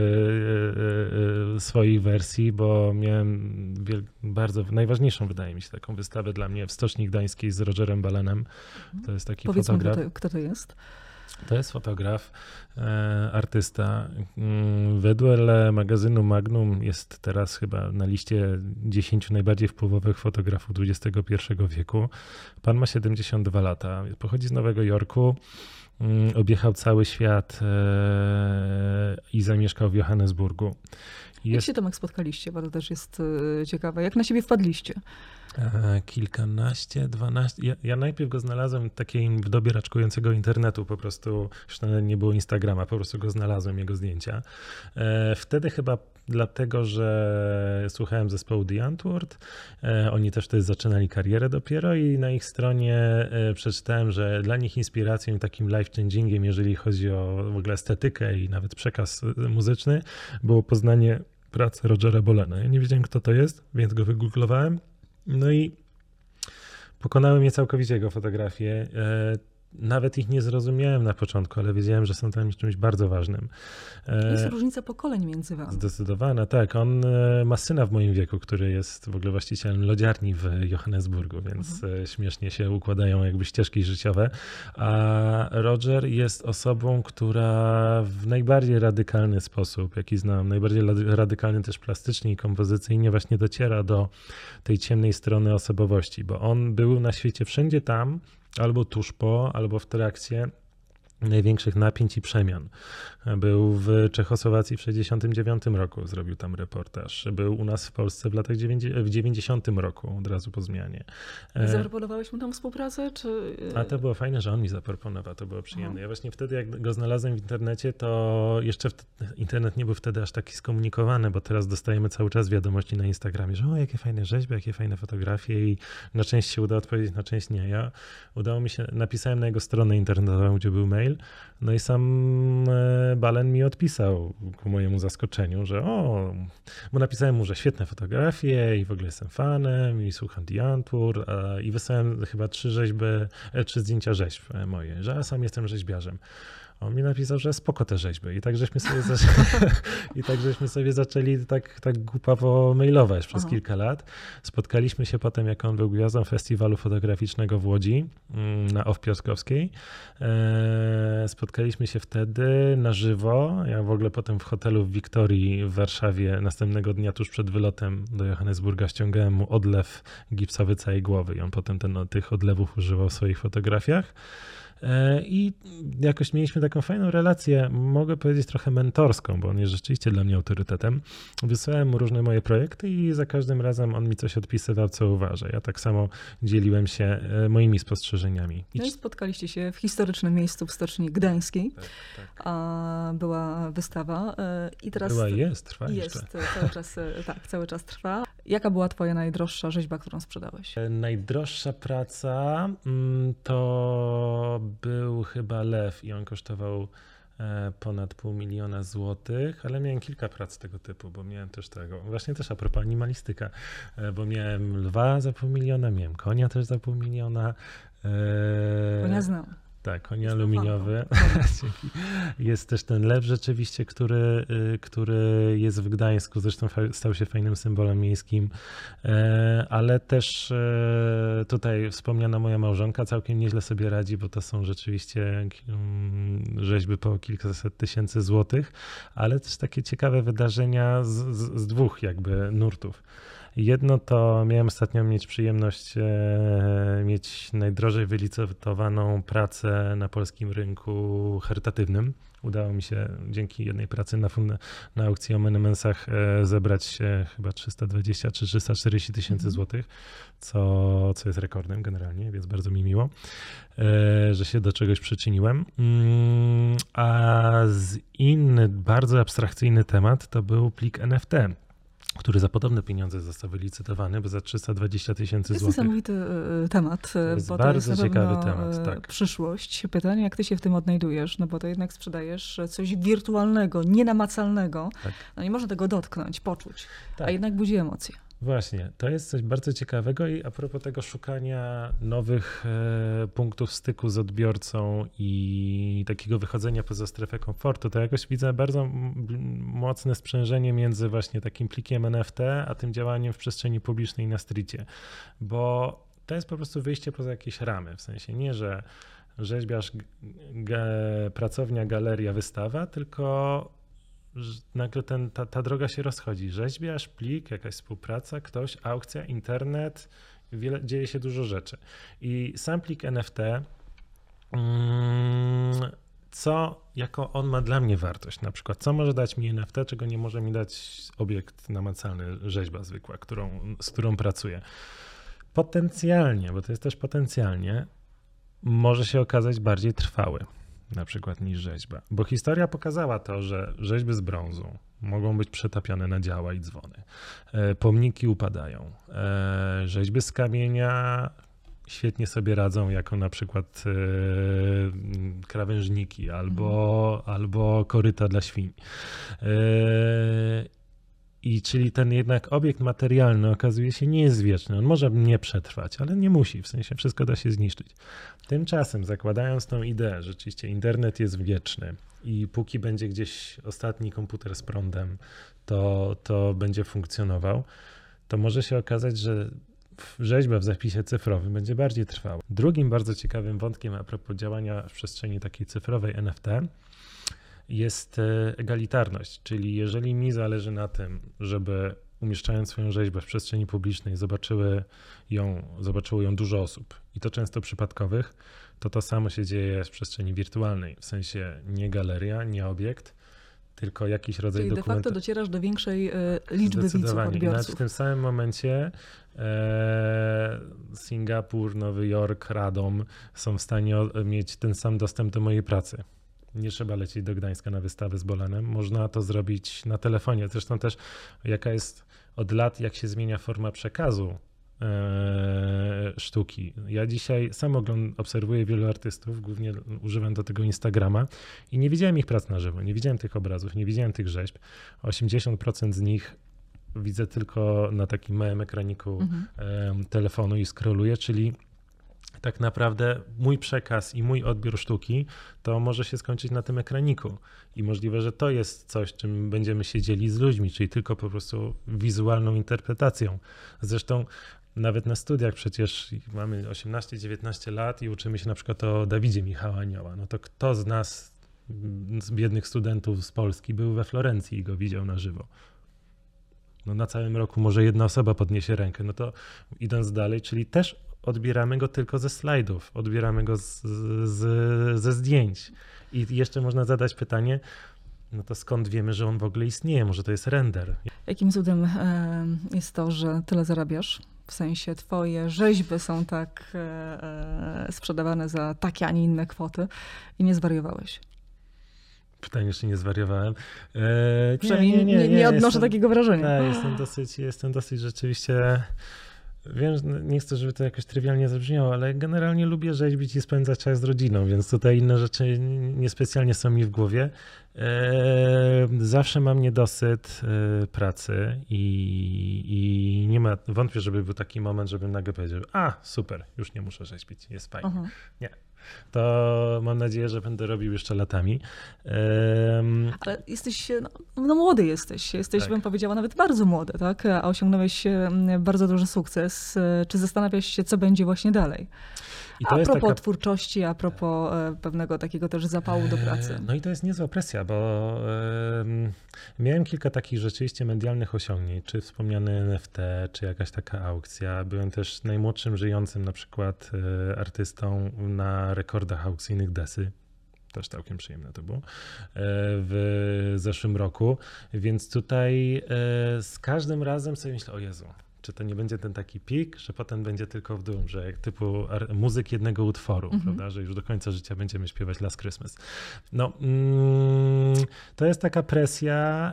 yy, yy, swoich wersji, bo miałem wiel- bardzo, najważniejszą wydaje mi się taką wystawę dla mnie w Stoczni Gdańskiej z Rogerem Balanem. To jest taki Powiedz fotograf. mi, kto to, kto to jest? To jest fotograf, e, artysta. Wedle magazynu Magnum jest teraz chyba na liście dziesięciu najbardziej wpływowych fotografów dwudziestego pierwszego wieku. Pan ma siedemdziesiąt dwa lata, pochodzi z Nowego Jorku, objechał cały świat e, i zamieszkał w Johannesburgu. Jest... Jak się, Tomek, spotkaliście? Bo to też jest e, ciekawe. Jak na siebie wpadliście? Kilkanaście, dwanaście. Ja, ja najpierw go znalazłem takim w dobie raczkującego internetu, po prostu, już nie było Instagrama, po prostu go znalazłem, jego zdjęcia. Wtedy chyba dlatego, że słuchałem zespołu The Antwoord, oni też wtedy zaczynali karierę dopiero i na ich stronie przeczytałem, że dla nich inspiracją i takim life-changingiem, jeżeli chodzi o w ogóle estetykę i nawet przekaz muzyczny, było poznanie pracy Rogera Bolana. Ja nie wiedziałem, kto to jest, więc go wygooglowałem. No i pokonały mnie całkowicie jego fotografie. Nawet ich nie zrozumiałem na początku, ale wiedziałem, że są tam czymś bardzo ważnym. Jest różnica pokoleń między wami. Zdecydowana, tak. On ma syna w moim wieku, który jest w ogóle właścicielem lodziarni w Johannesburgu, więc mhm. śmiesznie się układają jakby ścieżki życiowe. A Roger jest osobą, która w najbardziej radykalny sposób, jaki znam, najbardziej radykalny też plastycznie i kompozycyjnie właśnie dociera do tej ciemnej strony osobowości, bo on był na świecie wszędzie tam, albo tuż po, albo w trakcie największych napięć i przemian. Był w Czechosłowacji w sześćdziesiątym dziewiątym roku, zrobił tam reportaż. Był u nas w Polsce w latach w dziewięćdziesiątym roku, od razu po zmianie. Zaproponowałeś mu tam współpracę? Czy... A to było fajne, że on mi zaproponował, to było przyjemne. Aha. Ja właśnie wtedy, jak go znalazłem w internecie, to jeszcze w... internet nie był wtedy aż taki skomunikowany, bo teraz dostajemy cały czas wiadomości na Instagramie, że o, jakie fajne rzeźby, jakie fajne fotografie i na część się uda odpowiedzieć, na część nie. Ja udało mi się, napisałem na jego stronę internetową, gdzie był mail, no i sam Balen mi odpisał ku mojemu zaskoczeniu, że o, bo napisałem mu, że świetne fotografie i w ogóle jestem fanem i słucham The Antwoord i wysłałem chyba trzy rzeźby, trzy zdjęcia rzeźb moje, że ja sam jestem rzeźbiarzem. On mi napisał, że spoko te rzeźby i tak żeśmy sobie, zaczęli, i tak żeśmy sobie zaczęli tak, tak głupawo mailować przez Aha. kilka lat. Spotkaliśmy się potem, jak on był gwiazdą festiwalu fotograficznego w Łodzi na Off Piotrkowskiej. Spotkaliśmy się wtedy na żywo. Ja w ogóle potem w hotelu w Wiktorii w Warszawie następnego dnia tuż przed wylotem do Johannesburga ściągałem mu odlew gipsowy całej głowy i on potem ten, tych odlewów używał w swoich fotografiach. I jakoś mieliśmy taką fajną relację, mogę powiedzieć trochę mentorską, bo on jest rzeczywiście dla mnie autorytetem. Wysłałem mu różne moje projekty i za każdym razem on mi coś odpisywał, co uważa. Ja tak samo dzieliłem się moimi spostrzeżeniami. I no i spotkaliście się w historycznym miejscu w Stoczni Gdańskiej. Tak, tak. A była wystawa i teraz... Była i jest, trwa jest, jeszcze. Cały czas, tak, cały czas trwa. Jaka była twoja najdroższa rzeźba, którą sprzedałeś? Najdroższa praca to był chyba lew i on kosztował ponad pół miliona złotych, ale miałem kilka prac tego typu, bo miałem też tego, właśnie też a propos animalistyka, bo miałem lwa za pół miliona, miałem konia też za pół miliona. Konia znam. Tak, konie Jestem aluminiowe. fanką. Jest też ten lew rzeczywiście, który, y, który jest w Gdańsku, zresztą fa- stał się fajnym symbolem miejskim, E, ale też e, tutaj wspomniana moja małżonka całkiem nieźle sobie radzi, bo to są rzeczywiście mm, rzeźby po kilkaset tysięcy złotych, ale też takie ciekawe wydarzenia z, z, z dwóch jakby nurtów. Jedno to miałem ostatnio mieć przyjemność e, mieć najdrożej wylicytowaną pracę na polskim rynku charytatywnym. Udało mi się dzięki jednej pracy na, fund- na aukcji o Menemensach e, zebrać e, chyba trzysta dwadzieścia czy trzysta czterdzieści tysięcy złotych, co, co jest rekordem generalnie, więc bardzo mi miło, e, że się do czegoś przyczyniłem. Mm, a z inny, bardzo abstrakcyjny temat to był plik N F T, który za podobne pieniądze został wylicytowany, bo za trzysta dwadzieścia tysięcy To jest złotych. niesamowity e, temat, To jest bo bardzo to jest na ciekawy pewno temat, e, tak. przyszłość. Pytanie, jak ty się w tym odnajdujesz, no bo to jednak sprzedajesz coś wirtualnego, nienamacalnego. Tak. No nie można tego dotknąć, poczuć, Tak. a jednak budzi emocje. Właśnie, to jest coś bardzo ciekawego i a propos tego szukania nowych e, punktów styku z odbiorcą i takiego wychodzenia poza strefę komfortu, to jakoś widzę bardzo m- mocne sprzężenie między właśnie takim plikiem N F T, a tym działaniem w przestrzeni publicznej na stricie, bo to jest po prostu wyjście poza jakieś ramy, w sensie nie, że rzeźbiarz, g- g- pracownia, galeria, wystawa, tylko że nagle ten, ta, ta droga się rozchodzi. Rzeźbiarz, plik, jakaś współpraca, ktoś, aukcja, internet, wiele, dzieje się dużo rzeczy. I sam plik N F T, mm, co, jaką on ma dla mnie wartość, na przykład, co może dać mi N F T, czego nie może mi dać obiekt namacalny, rzeźba zwykła, którą, z którą pracuję. Potencjalnie, bo to jest też potencjalnie, może się okazać bardziej trwały, na przykład niż rzeźba. Bo historia pokazała to, że rzeźby z brązu mogą być przetapiane na działa i dzwony. E, Pomniki upadają. E, Rzeźby z kamienia świetnie sobie radzą jako na przykład e, krawężniki albo, albo koryta dla świń. E, I czyli ten jednak obiekt materialny okazuje się nie jest wieczny. On może nie przetrwać, ale nie musi, w sensie wszystko da się zniszczyć. Tymczasem zakładając tą ideę, że rzeczywiście internet jest wieczny i póki będzie gdzieś ostatni komputer z prądem, to, to będzie funkcjonował, to może się okazać, że rzeźba w zapisie cyfrowym będzie bardziej trwała. Drugim bardzo ciekawym wątkiem a propos działania w przestrzeni takiej cyfrowej N F T jest egalitarność, czyli jeżeli mi zależy na tym, żeby umieszczając swoją rzeźbę w przestrzeni publicznej zobaczyły ją, zobaczyło ją dużo osób i to często przypadkowych, to to samo się dzieje w przestrzeni wirtualnej, w sensie nie galeria, nie obiekt, tylko jakiś rodzaj Czyli de dokumentacji. facto docierasz do większej e, liczby widzów, Zdecydowanie. I nawet odbiorców. w tym samym momencie e, Singapur, Nowy Jork, Radom są w stanie o, mieć ten sam dostęp do mojej pracy. Nie trzeba lecieć do Gdańska na wystawę z Bolanem. Można to zrobić na telefonie. Zresztą też jaka jest od lat, jak się zmienia forma przekazu e, sztuki. Ja dzisiaj sam ogląd- obserwuję wielu artystów, głównie używam do tego Instagrama i nie widziałem ich prac na żywo, nie widziałem tych obrazów, nie widziałem tych rzeźb. osiemdziesiąt procent z nich widzę tylko na takim małym ekraniku Mhm. e, telefonu i scrolluję, czyli tak naprawdę mój przekaz i mój odbiór sztuki to może się skończyć na tym ekraniku i możliwe, że to jest coś, czym będziemy się dzielić z ludźmi, czyli tylko po prostu wizualną interpretacją. Zresztą nawet na studiach przecież mamy osiemnaście dziewiętnaście lat i uczymy się na przykład o Dawidzie Michała Anioła. No to kto z nas, z biednych studentów z Polski był we Florencji i go widział na żywo? No na całym roku może jedna osoba podniesie rękę, no to idąc dalej, czyli też odbieramy go tylko ze slajdów, odbieramy go z, z, ze zdjęć. I jeszcze można zadać pytanie, no to skąd wiemy, że on w ogóle istnieje? Może to jest render? Jakim cudem e, jest to, że tyle zarabiasz? W sensie twoje rzeźby są tak e, e, sprzedawane za takie, a nie inne kwoty i nie zwariowałeś. Pytanie, czy nie zwariowałem. E, Przynajmniej nie, nie, nie, nie odnoszę jestem, takiego wrażenia. Tak, jestem dosyć, jestem dosyć rzeczywiście... Wiem, że nie chcę, żeby to jakoś trywialnie zabrzmiało, ale generalnie lubię rzeźbić i spędzać czas z rodziną, więc tutaj inne rzeczy niespecjalnie są mi w głowie. Zawsze mam niedosyt pracy i, i nie ma, wątpię, żeby był taki moment, żebym nagle powiedział, a super, już nie muszę rzeźbić, jest fajnie. Aha. Nie. To mam nadzieję, że będę robił jeszcze latami. Um, Ale jesteś, no, no młody jesteś, jesteś, tak. bym powiedziała, nawet bardzo młody, tak? A osiągnąłeś bardzo duży sukces. Czy zastanawiasz się, co będzie właśnie dalej? I to a jest propos taka... twórczości, a propos e, pewnego takiego też zapału do pracy. No i to jest niezła presja, bo e, miałem kilka takich rzeczywiście medialnych osiągnięć, czy wspomniany N F T, czy jakaś taka aukcja. Byłem też najmłodszym żyjącym na przykład e, artystą na rekordach aukcyjnych Desy. Też całkiem przyjemne to było w zeszłym roku, więc tutaj z każdym razem sobie myślę, o Jezu, czy to nie będzie ten taki pik, że potem będzie tylko w dół, że jak typu muzyk jednego utworu, mm-hmm. prawda, że już do końca życia będziemy śpiewać Last Christmas. No, mm, to jest taka presja,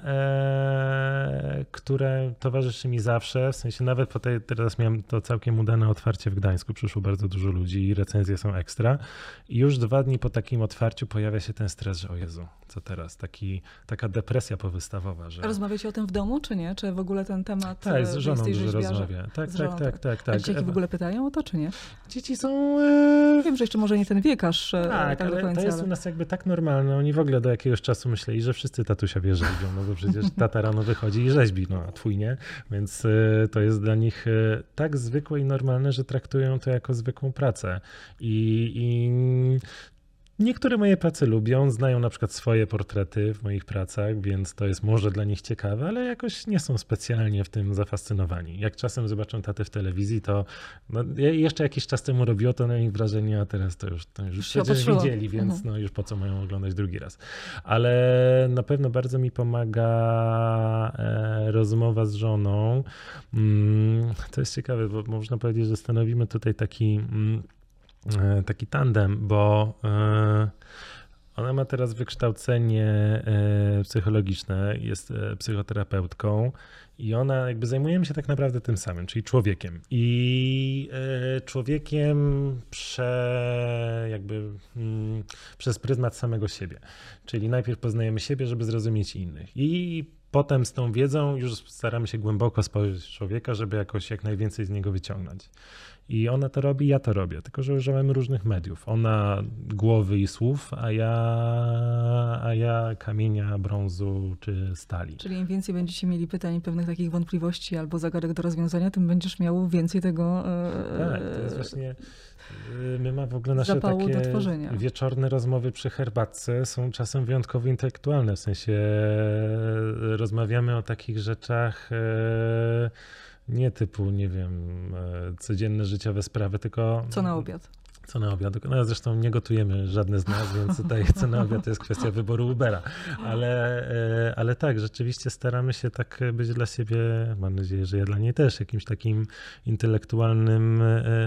e, która towarzyszy mi zawsze, w sensie nawet po tej, teraz miałem to całkiem udane otwarcie w Gdańsku, przyszło bardzo dużo ludzi i recenzje są ekstra i już dwa dni po takim otwarciu pojawia się ten stres, że o Jezu, co teraz, Taki, taka depresja powystawowa. Że... Rozmawiacie o tym w domu, czy nie? Czy w ogóle ten temat... Tak, z żoną dużo rozmawia. Tak, z tak, żoną, tak, tak, tak. A dzieciaki w ogóle pytają o to, czy nie? Dzieci są... E... Wiem, że jeszcze może nie ten wiek aż tak, tak do ale końca. to jest ale... u nas jakby tak normalne. Oni w ogóle do jakiegoś czasu myśleli, że wszyscy tatusiowie rzeźbią, no bo przecież tata rano wychodzi i rzeźbi, no a twój nie. Więc e, to jest dla nich e, tak zwykłe i normalne, że traktują to jako zwykłą pracę. I... i... Niektóre moje prace lubią, znają na przykład swoje portrety w moich pracach, więc to jest może dla nich ciekawe, ale jakoś nie są specjalnie w tym zafascynowani. Jak czasem zobaczą tatę w telewizji, to no, jeszcze jakiś czas temu robiło to na nich wrażenie, a teraz to już, to już, już przecież widzieli, więc uh-huh. no, już po co mają oglądać drugi raz. Ale na pewno bardzo mi pomaga e, rozmowa z żoną. Mm, to jest ciekawe, bo można powiedzieć, że stanowimy tutaj taki... Mm, taki tandem, bo ona ma teraz wykształcenie psychologiczne, jest psychoterapeutką i ona jakby zajmujemy się tak naprawdę tym samym, czyli człowiekiem. I człowiekiem prze, jakby, przez pryzmat samego siebie. Czyli najpierw poznajemy siebie, żeby zrozumieć innych. I potem z tą wiedzą już staramy się głęboko spojrzeć w człowieka, żeby jakoś jak najwięcej z niego wyciągnąć. I ona to robi, ja to robię, tylko że używamy różnych mediów. Ona głowy i słów, a ja, a ja kamienia, brązu czy stali. Czyli im więcej będziecie mieli pytań, pewnych takich wątpliwości albo zagadek do rozwiązania, tym będziesz miał więcej tego e, Tak, to jest właśnie... My mamy w ogóle nasze takie wieczorne rozmowy przy herbatce są czasem wyjątkowo intelektualne, w sensie rozmawiamy o takich rzeczach nie typu, nie wiem, codzienne życiowe sprawy, tylko... Co na obiad? Co na obiad. No zresztą nie gotujemy żadne z nas, więc tutaj co na obiad to jest kwestia wyboru Ubera. Ale, ale tak, rzeczywiście staramy się tak być dla siebie, mam nadzieję, że ja dla niej też, jakimś takim intelektualnym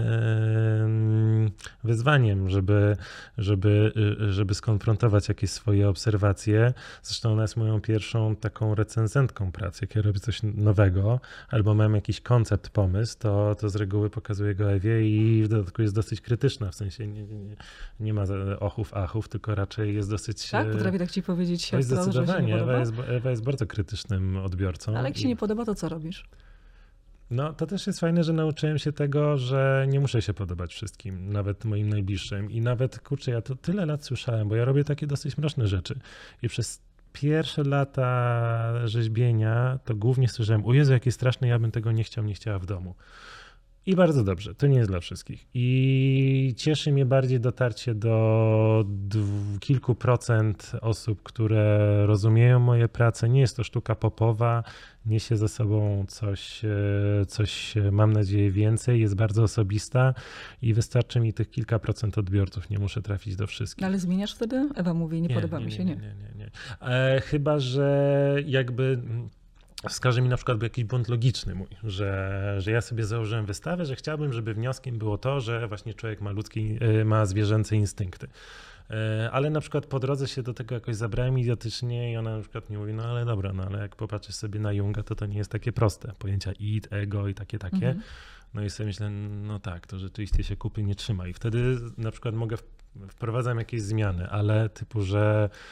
wyzwaniem, żeby, żeby, żeby skonfrontować jakieś swoje obserwacje. Zresztą ona jest moją pierwszą taką recenzentką pracy. Jak ja robię coś nowego albo mam jakiś koncept, pomysł, to, to z reguły pokazuję go Ewie i w dodatku jest dosyć krytyczna. W sensie nie, nie, nie ma ochów, achów, tylko raczej jest dosyć... Tak? Potrafię tak ci powiedzieć. No zdecydowanie. Ewa jest, Ewa jest bardzo krytycznym odbiorcą. Ale jak ci i... nie podoba, to co robisz? No to też jest fajne, że nauczyłem się tego, że nie muszę się podobać wszystkim, nawet moim najbliższym. I nawet, kurczę, ja to tyle lat słyszałem, bo ja robię takie dosyć mroczne rzeczy. I przez pierwsze lata rzeźbienia to głównie słyszałem, o Jezu, jakie straszne, ja bym tego nie chciał, nie chciała w domu. I bardzo dobrze, to nie jest dla wszystkich. I cieszy mnie bardziej dotarcie do dw- kilku procent osób, które rozumieją moje prace. Nie jest to sztuka popowa, niesie ze sobą coś, coś, mam nadzieję, więcej, jest bardzo osobista i wystarczy mi tych kilka procent odbiorców, nie muszę trafić do wszystkich. Ale zmieniasz wtedy? Ewa mówi, nie, nie podoba nie, mi się, nie. nie, nie, nie, nie. E, chyba, że jakby... Wskaże mi na przykład jakiś błąd logiczny mój, że, że ja sobie założyłem wystawę, że chciałbym, żeby wnioskiem było to, że właśnie człowiek ma ludzki, ma zwierzęce instynkty. Ale na przykład po drodze się do tego jakoś zabrałem idiotycznie i ona na przykład mi mówi, no ale dobra, no ale jak popatrzysz sobie na Junga, to to nie jest takie proste. Pojęcia id, ego i takie, takie. Mhm. No i sobie myślę, no tak, to rzeczywiście się kupy nie trzyma. I wtedy na przykład mogę, wprowadzam jakieś zmiany, ale typu, że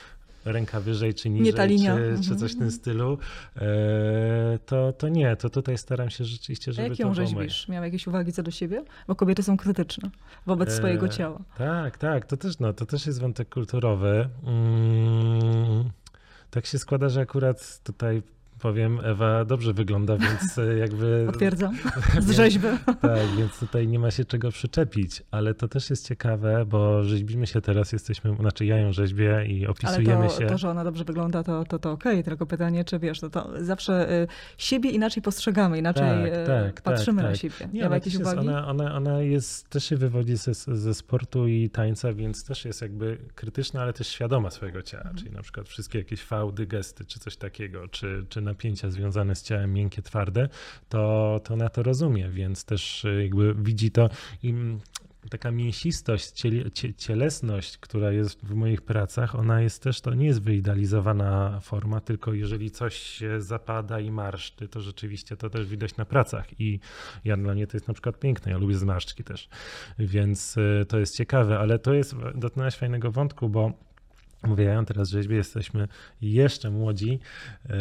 ręka wyżej czy niżej, Nie ta linia. czy, Mhm. czy coś w tym stylu, e, to, to nie, to tutaj staram się rzeczywiście, żeby A jak to ją było moje. rzeźbisz? Miał jakieś uwagi co do siebie? Bo kobiety są krytyczne wobec E, swojego ciała. Tak, tak, to też, no, to też jest wątek kulturowy. Mm, tak się składa, że akurat tutaj powiem, Ewa dobrze wygląda, więc jakby... Potwierdzam, z rzeźby. Tak, więc tutaj nie ma się czego przyczepić, ale to też jest ciekawe, bo rzeźbimy się teraz, jesteśmy, znaczy ja ją rzeźbię i opisujemy Ale to, się. to, że ona dobrze wygląda, to, to, to okej, tylko pytanie, czy wiesz, to, to zawsze y, siebie inaczej postrzegamy, inaczej Tak, y, tak, patrzymy tak, na tak. siebie. Nie, Miała ona, jakieś też jest, uwagi? ona, ona, ona jest, też się wywodzi ze, ze sportu i tańca, więc też jest jakby krytyczna, ale też świadoma swojego ciała, Mhm. czyli na przykład wszystkie jakieś fałdy, gesty, czy coś takiego, czy, czy napięcia związane z ciałem miękkie, twarde, to, to ona to rozumie, więc też jakby widzi to i taka mięsistość, ciele, cie, cielesność, która jest w moich pracach, ona jest też, to nie jest wyidealizowana forma, tylko jeżeli coś się zapada i marszczy, to rzeczywiście to też widać na pracach i ja, dla mnie to jest na przykład piękne, ja lubię zmarszczki też, więc to jest ciekawe, ale to jest, dotknęłaś fajnego wątku, bo mówię, ja ją teraz rzeźbię, jesteśmy jeszcze młodzi yy,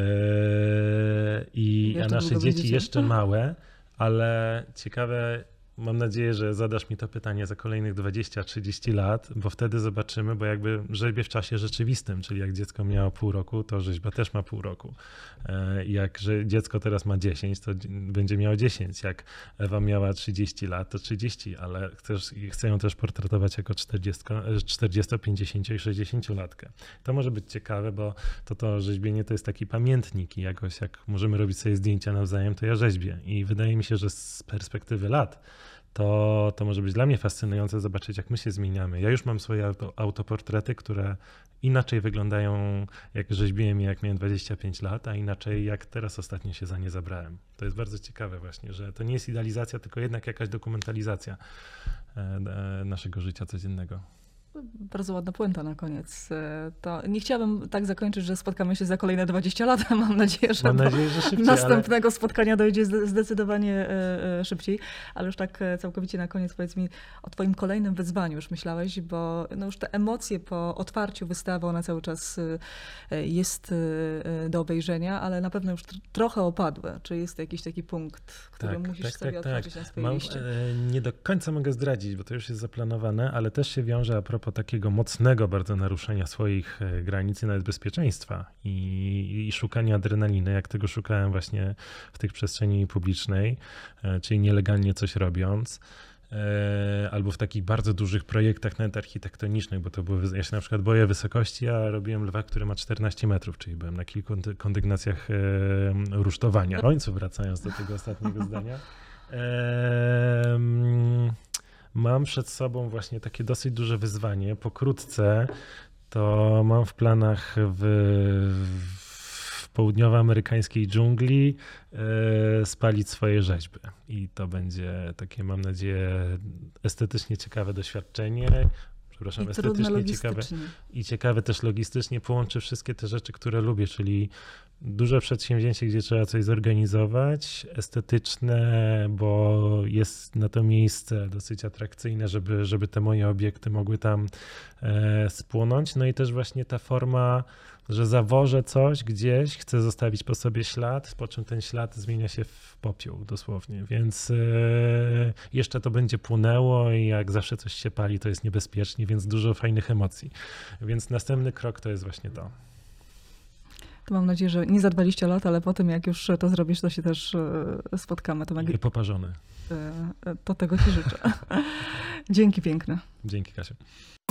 i Jeszcze a nasze długo dzieci będziecie. jeszcze małe, ale ciekawe, mam nadzieję, że zadasz mi to pytanie za kolejnych dwadzieścia trzydzieści lat, bo wtedy zobaczymy, bo jakby rzeźbię w czasie rzeczywistym, czyli jak dziecko miało pół roku, to rzeźba też ma pół roku. Yy, jak że dziecko teraz ma dziesięć, to będzie miało dziesięć. Jak Ewa miała trzydzieści lat, to trzydzieści, ale chcesz, chcę ją też portretować jako czterdzieści, pięćdziesiąt i sześćdziesięciolatkę. To może być ciekawe, bo to, to rzeźbienie to jest taki pamiętnik i jakoś jak możemy robić sobie zdjęcia nawzajem, to ja rzeźbię. I wydaje mi się, że z perspektywy lat to, to może być dla mnie fascynujące zobaczyć, jak my się zmieniamy. Ja już mam swoje auto, autoportrety, które inaczej wyglądają, jak rzeźbiłem je, jak miałem dwadzieścia pięć lat, a inaczej jak teraz ostatnio się za nie zabrałem. To jest bardzo ciekawe właśnie, że to nie jest idealizacja, tylko jednak jakaś dokumentalizacja e, naszego życia codziennego. Bardzo ładna puenta na koniec. To nie chciałabym tak zakończyć, że spotkamy się za kolejne dwadzieścia lat. Mam nadzieję, że Mam do nadzieję, że szybciej, następnego ale... spotkania dojdzie zdecydowanie szybciej. Ale już tak całkowicie na koniec powiedz mi o twoim kolejnym wyzwaniu już myślałeś, bo no już te emocje po otwarciu wystawy, ona cały czas jest do obejrzenia, ale na pewno już trochę opadły. Czy jest jakiś taki punkt, który tak, musisz tak, sobie tak, otworzyć tak. na swojej Mam, liście? Nie do końca mogę zdradzić, bo to już jest zaplanowane, ale też się wiąże a propos takiego mocnego bardzo naruszenia swoich granic i nawet bezpieczeństwa i, i szukania adrenaliny, jak tego szukałem właśnie w tych przestrzeni publicznej, czyli nielegalnie coś robiąc, albo w takich bardzo dużych projektach nawet architektonicznych, bo to były, ja się na przykład boję wysokości, a robiłem lwa, który ma czternaście metrów, czyli byłem na kilku kondygnacjach rusztowania. W końcu wracając do tego ostatniego zdania. Ehm, Mam przed sobą właśnie takie dosyć duże wyzwanie. Pokrótce to mam w planach w, w południowoamerykańskiej dżungli e, spalić swoje rzeźby. I to będzie takie, mam nadzieję, estetycznie ciekawe doświadczenie. Przepraszam, I estetycznie ciekawe i ciekawe też logistycznie. Połączy wszystkie te rzeczy, które lubię, czyli duże przedsięwzięcie, gdzie trzeba coś zorganizować, estetyczne, bo jest na to miejsce dosyć atrakcyjne, żeby, żeby te moje obiekty mogły tam e, spłonąć. No i też właśnie ta forma, że zawożę coś gdzieś, chcę zostawić po sobie ślad, po czym ten ślad zmienia się w popiół dosłownie, więc e, jeszcze to będzie płonęło i jak zawsze coś się pali, to jest niebezpiecznie, więc dużo fajnych emocji. Więc następny krok to jest właśnie to. To mam nadzieję, że nie za dwadzieścia lat, ale po tym jak już to zrobisz, to się też spotkamy. To, I poparzony. To tego ci życzę. Dzięki piękne. Dzięki, Kasiu.